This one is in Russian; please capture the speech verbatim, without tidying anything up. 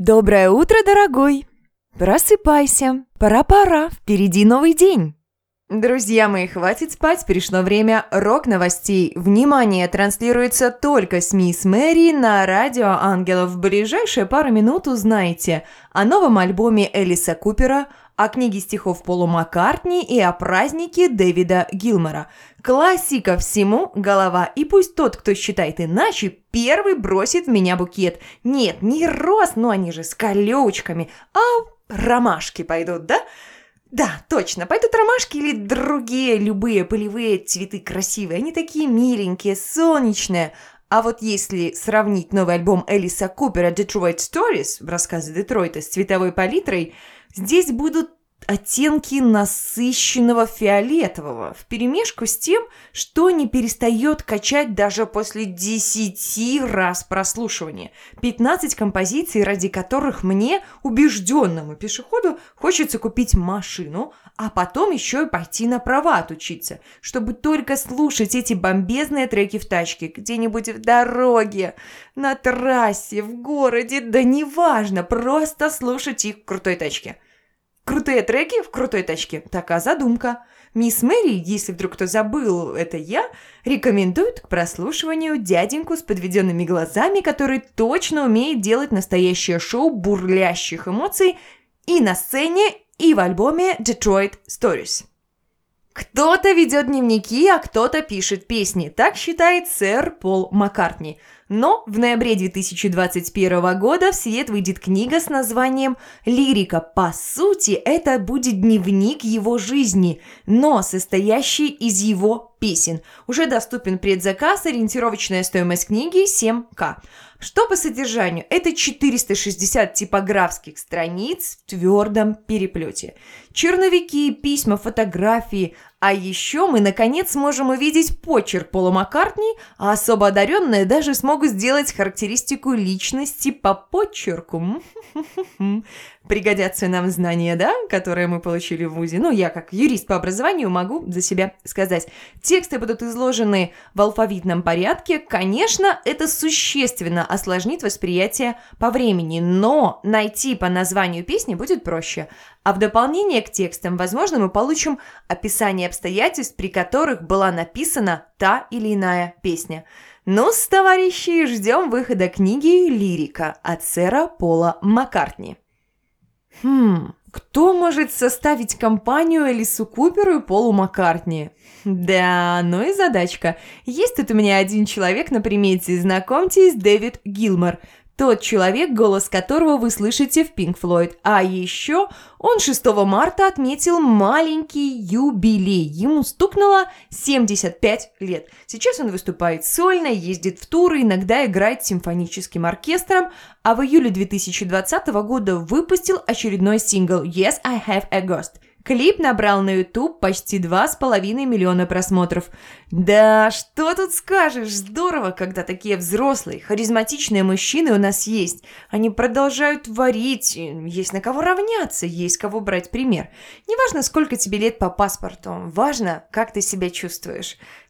Доброе утро, дорогой! Просыпайся, пора-пора, впереди новый день. Друзья мои, хватит спать, пришло время рок-новостей. Внимание, транслируется только с мисс Мэри на радио Ангелов. В ближайшие пару минут узнаете о новом альбоме Элиса Купера, о книге стихов Пола Маккартни и о празднике Дэвида Гилмора. Классика всему голова, и пусть тот, кто считает иначе, первый бросит в меня букет. Нет, не роз, но они же с колючками, а ромашки пойдут, да? Да, точно, пойдут ромашки или другие любые полевые цветы красивые. Они такие миленькие, солнечные. А вот если сравнить новый альбом Элиса Купера «Detroit Stories» в рассказе Детройта с цветовой палитрой, здесь будут оттенки насыщенного фиолетового вперемешку с тем, что не перестает качать даже после десяти раз прослушивания. пятнадцать композиций, ради которых мне, убежденному пешеходу, хочется купить машину, а потом еще и пойти на права отучиться, чтобы только слушать эти бомбезные треки в тачке, где-нибудь в дороге, на трассе, в городе, да неважно, просто слушать их в крутой тачке. Крутые треки в крутой тачке. Такая задумка. Мисс Мэри, если вдруг кто забыл, это я, рекомендует к прослушиванию дяденьку с подведенными глазами, который точно умеет делать настоящее шоу бурлящих эмоций и на сцене, и в альбоме Detroit Stories. Кто-то ведет дневники, а кто-то пишет песни. Так считает сэр Пол Маккартни. Но в ноябре две тысячи двадцать первого года в свет выйдет книга с названием «Лирика». По сути, это будет дневник его жизни, но состоящий из его песен. Уже доступен предзаказ, ориентировочная стоимость книги семь тысяч. Что по содержанию? Это четыреста шестьдесят типографских страниц в твердом переплете. Черновики, письма, фотографии. А еще мы, наконец, сможем увидеть почерк Пола Маккартни, а особо одаренные даже смогут сделать характеристику личности по почерку. Пригодятся нам знания, да, которые мы получили в вузе. Ну, я как юрист по образованию могу за себя сказать. Тексты будут изложены в алфавитном порядке. Конечно, это существенно осложнит восприятие по времени, но найти по названию песни будет проще. А в дополнение к текстам, возможно, мы получим описание обстоятельств, при которых была написана та или иная песня. Ну-с, товарищи, ждем выхода книги «Лирика» от сэра Пола Маккартни. Хм, кто может составить компанию Элису Куперу и Полу Маккартни? Да, ну и задачка. Есть тут у меня один человек на примете, знакомьтесь, Дэвид Гилмор. Тот человек, голос которого вы слышите в Pink Floyd. А еще он шестого марта отметил маленький юбилей. Ему стукнуло семьдесят пять лет. Сейчас он выступает сольно, ездит в туры, иногда играет с симфоническим оркестром, а в июле две тысячи двадцатого года выпустил очередной сингл «Yes, I Have a Ghost». Клип набрал на YouTube почти два с половиной миллиона просмотров. Да, что тут скажешь, здорово, когда такие взрослые, харизматичные мужчины у нас есть. Они продолжают творить, есть на кого равняться, есть кого брать пример. Неважно, сколько тебе лет по паспорту, важно, как ты себя чувствуешь.